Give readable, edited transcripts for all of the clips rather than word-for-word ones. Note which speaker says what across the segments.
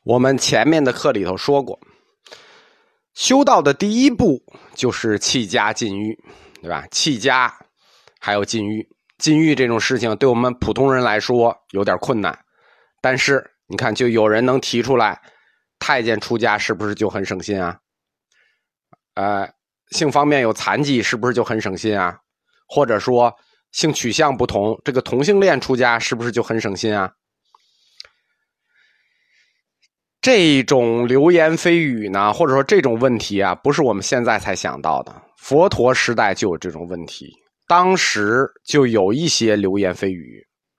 Speaker 1: 我们前面的课里头说过，修道的第一步就是弃家禁欲，对吧？弃家还有禁欲，禁欲这种事情对我们普通人来说有点困难，但是你看，就有人能提出来，太监出家是不是就很省心啊？性方面有残疾是不是就很省心啊？或者说性取向不同，这个同性恋出家是不是就很省心啊？这种流言蜚语呢，或者说这种问题啊，不是我们现在才想到的，佛陀时代就有这种问题，当时就有一些流言蜚语，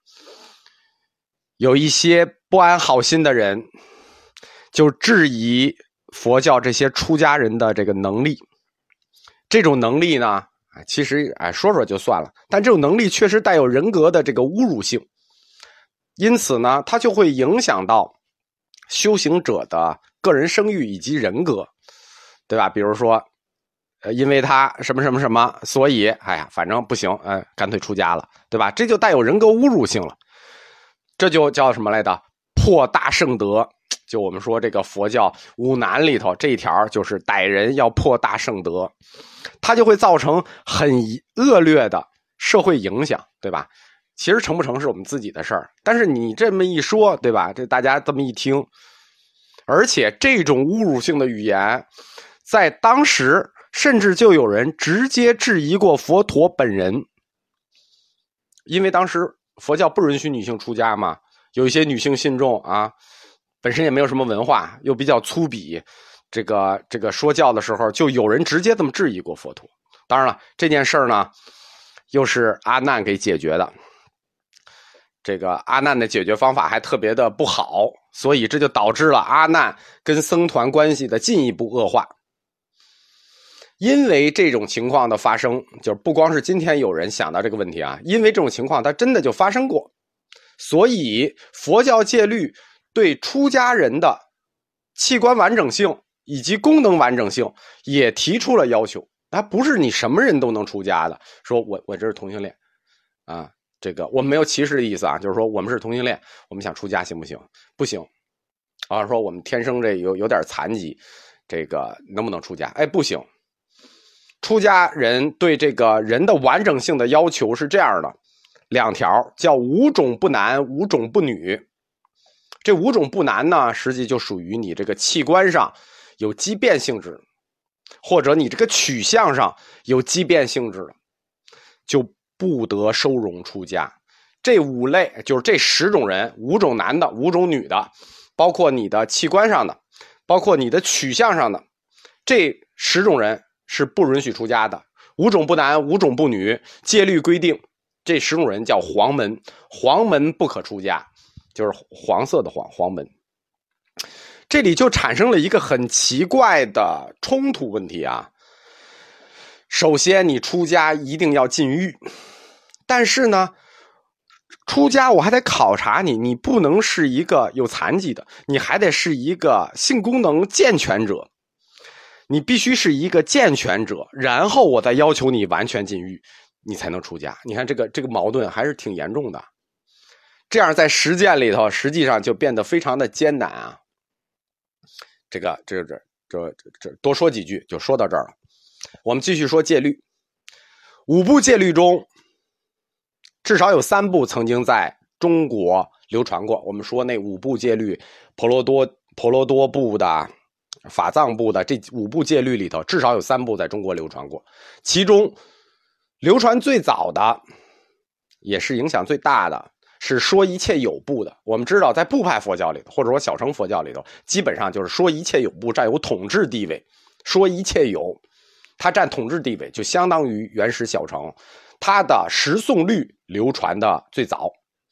Speaker 1: 有一些不安好心的人就质疑佛教这些出家人的这个能力。这种能力呢，其实说说就算了，但这种能力确实带有人格的这个侮辱性，因此呢，它就会影响到修行者的个人声誉以及人格，对吧？比如说，因为他什么什么什么，所以反正不行，干脆出家了，对吧？这就带有人格侮辱性了，这就叫什么来的？破大圣德。就我们说这个佛教五难里头这一条，就是歹人要破大圣德，它就会造成很恶劣的社会影响，对吧？其实成不成是我们自己的事儿，但是你这么一说，对吧？这大家这么一听，而且这种侮辱性的语言，在当时甚至就有人直接质疑过佛陀本人，因为当时佛教不允许女性出家嘛，有一些女性信众啊，本身也没有什么文化，又比较粗鄙，这个说教的时候，就有人直接这么质疑过佛陀。当然了，这件事呢，又是阿难给解决的。这个阿难的解决方法还特别的不好，所以这就导致了阿难跟僧团关系的进一步恶化。因为这种情况的发生，就是不光是今天有人想到这个问题啊，因为这种情况它真的就发生过，所以佛教戒律对出家人的器官完整性以及功能完整性也提出了要求。它不是你什么人都能出家的，说我这是同性恋啊，这个我们没有歧视的意思啊，就是说我们是同性恋，我们想出家行不行？不行啊，说我们天生这有点残疾，这个能不能出家？不行。出家人对这个人的完整性的要求是这样的，两条，叫五种不男，五种不女。这五种不男呢，实际就属于你这个器官上有畸变性质，或者你这个取向上有畸变性质的，就不得收容出家。这五类就是这10种人，五种男的，五种女的，包括你的器官上的，包括你的取向上的，这10种人是不允许出家的。五种不男，五种不女，戒律规定，这10种人叫黄门，黄门不可出家，就是黄色的黄门。这里就产生了一个很奇怪的冲突问题啊。首先你出家一定要禁欲，但是呢出家我还得考察你，你不能是一个有残疾的，你还得是一个性功能健全者，你必须是一个健全者，然后我再要求你完全禁欲，你才能出家。你看这个矛盾还是挺严重的，这样在实践里头实际上就变得非常的艰难啊。这多说几句就说到这儿了。我们继续说戒律。5部戒律中至少有3部曾经在中国流传过。我们说那5部戒律，婆罗多部的、法藏部的，这5部戒律里头至少有3部在中国流传过。其中流传最早的也是影响最大的是说一切有部的。我们知道在部派佛教里头，或者说小乘佛教里头，基本上就是说一切有部占有统治地位。说一切有它占统治地位，就相当于原始小乘，它的十诵律流传的最早。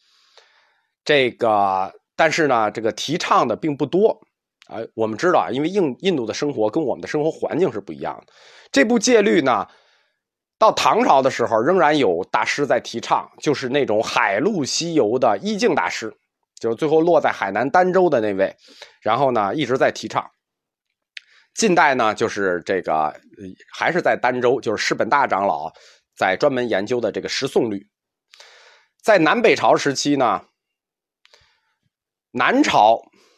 Speaker 1: 但是呢，这个提倡的并不多。我们知道，因为印度的生活跟我们的生活环境是不一样的。这部戒律呢，到唐朝的时候仍然有大师在提倡，就是那种海陆西游的依净大师，就是最后落在海南儋州的那位，然后呢一直在提倡。近代呢，就是这个还是在儋州，就是释本大长老在专门研究的这个十诵律。在南北朝时期呢，南朝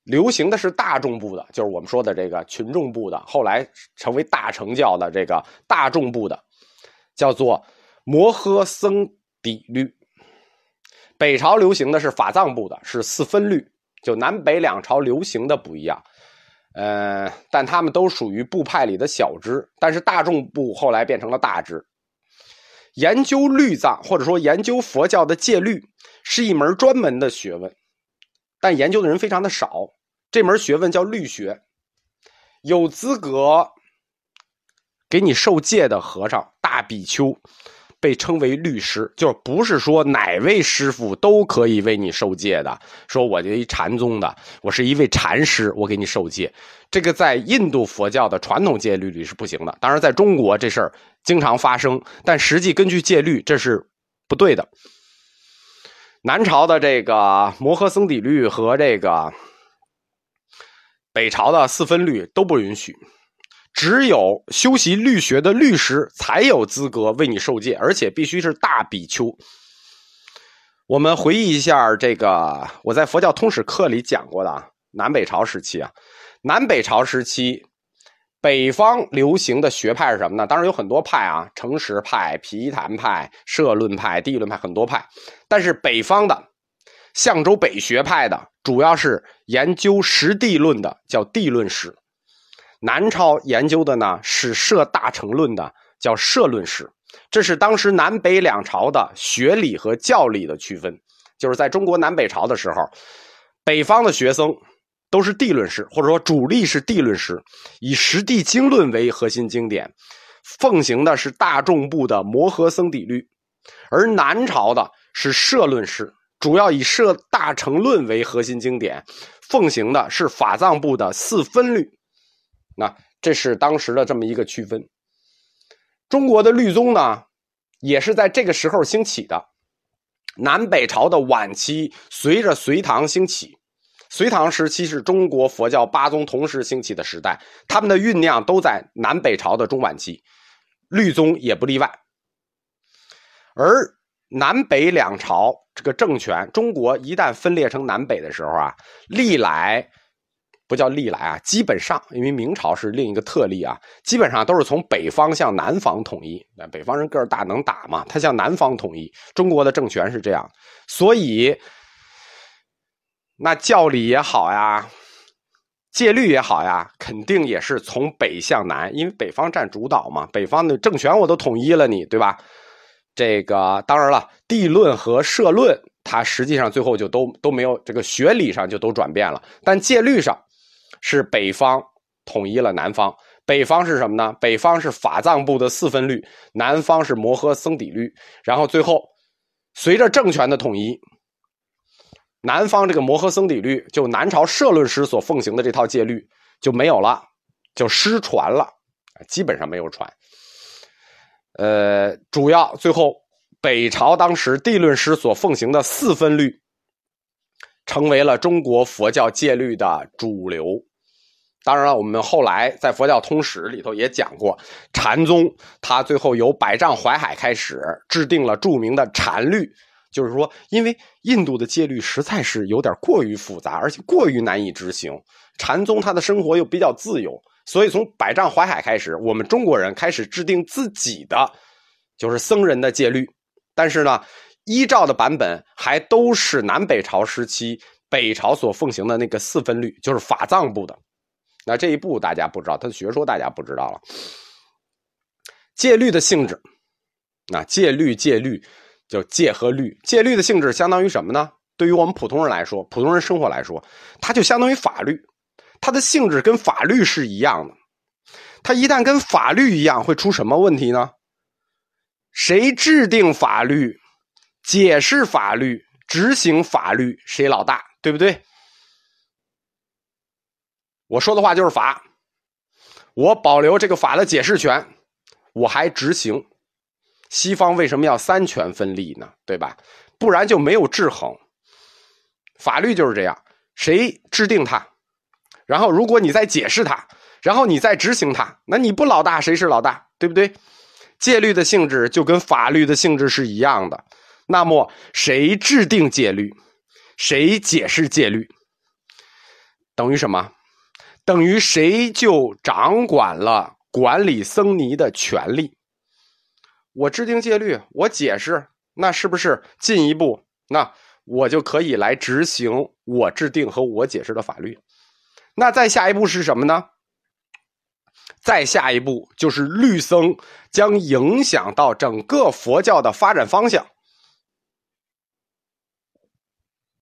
Speaker 1: 流行的是大众部的，就是我们说的这个群众部的，后来成为大乘教的这个大众部的，叫做摩訶僧底律。北朝流行的是法藏部的，是四分律，就南北两朝流行的不一样。但他们都属于部派里的小支，但是大众部后来变成了大支。研究律藏或者说研究佛教的戒律是一门专门的学问，但研究的人非常的少。这门学问叫律学，有资格给你受戒的和尚大比丘被称为律师，就是不是说哪位师傅都可以为你受戒的，说我这一禅宗的，我是一位禅师，我给你受戒，这个在印度佛教的传统戒律里是不行的。当然在中国这事儿经常发生，但实际根据戒律这是不对的。南朝的这个摩訶僧底律和这个北朝的四分律都不允许，只有修习律学的律师才有资格为你受戒，而且必须是大比丘。我们回忆一下这个我在佛教通史课里讲过的南北朝时期啊，南北朝时期北方流行的学派是什么呢？当然有很多派啊，诚实派、毗昙派、摄论派、地论派，很多派。但是北方的象州北学派的主要是研究实地论的，叫地论史。南朝研究的呢是摄大乘论的，叫摄论史。这是当时南北两朝的学理和教理的区分。就是在中国南北朝的时候，北方的学僧都是地论师，或者说主力是地论师，以实地经论为核心经典，奉行的是大众部的摩訶僧底律。而南朝的是摄论师，主要以摄大乘论为核心经典，奉行的是法藏部的四分律。那这是当时的这么一个区分。中国的律宗呢也是在这个时候兴起的。南北朝的晚期随着隋唐兴起，隋唐时期是中国佛教八宗同时兴起的时代，他们的酝酿都在南北朝的中晚期，律宗也不例外。而南北两朝这个政权，中国一旦分裂成南北的时候啊，基本上因为明朝是另一个特例啊，基本上都是从北方向南方统一。北方人个儿大能打嘛，他向南方统一。中国的政权是这样，所以那教理也好呀，戒律也好呀，肯定也是从北向南，因为北方占主导嘛，北方的政权我都统一了你，对吧？这个当然了，地论和摄论它实际上最后就都没有，这个学理上就都转变了，但戒律上是北方统一了南方。北方是什么呢？北方是法藏部的四分律，南方是摩訶僧底律。然后最后随着政权的统一，南方这个摩訶僧底律，就南朝摄论师所奉行的这套戒律就没有了，就失传了，基本上没有传。主要最后北朝当时地论师所奉行的四分律成为了中国佛教戒律的主流。当然了，我们后来在佛教通史里头也讲过，禅宗它最后由百丈怀海开始制定了著名的禅律，就是说因为印度的戒律实在是有点过于复杂，而且过于难以执行，禅宗它的生活又比较自由，所以从百丈怀海开始，我们中国人开始制定自己的就是僧人的戒律。但是呢，依照的版本还都是南北朝时期北朝所奉行的那个四分律，就是法藏部的。那这一步大家不知道，他的学说大家不知道了。戒律的性质，戒律就戒和律，戒律的性质相当于什么呢？对于我们普通人来说，普通人生活来说，它就相当于法律，它的性质跟法律是一样的。它一旦跟法律一样，会出什么问题呢？谁制定法律、解释法律、执行法律，谁老大，对不对？我说的话就是法，我保留这个法的解释权，我还执行。西方为什么要三权分立呢？对吧？不然就没有制衡。法律就是这样，谁制定它，然后如果你再解释它，然后你再执行它，那你不老大谁是老大，对不对？戒律的性质就跟法律的性质是一样的。那么谁制定戒律，谁解释戒律， 等于什么？等于谁就掌管了管理僧尼的权利。我制定戒律，我解释，那是不是进一步，那我就可以来执行我制定和我解释的法律？那再下一步是什么呢？再下一步就是律僧将影响到整个佛教的发展方向。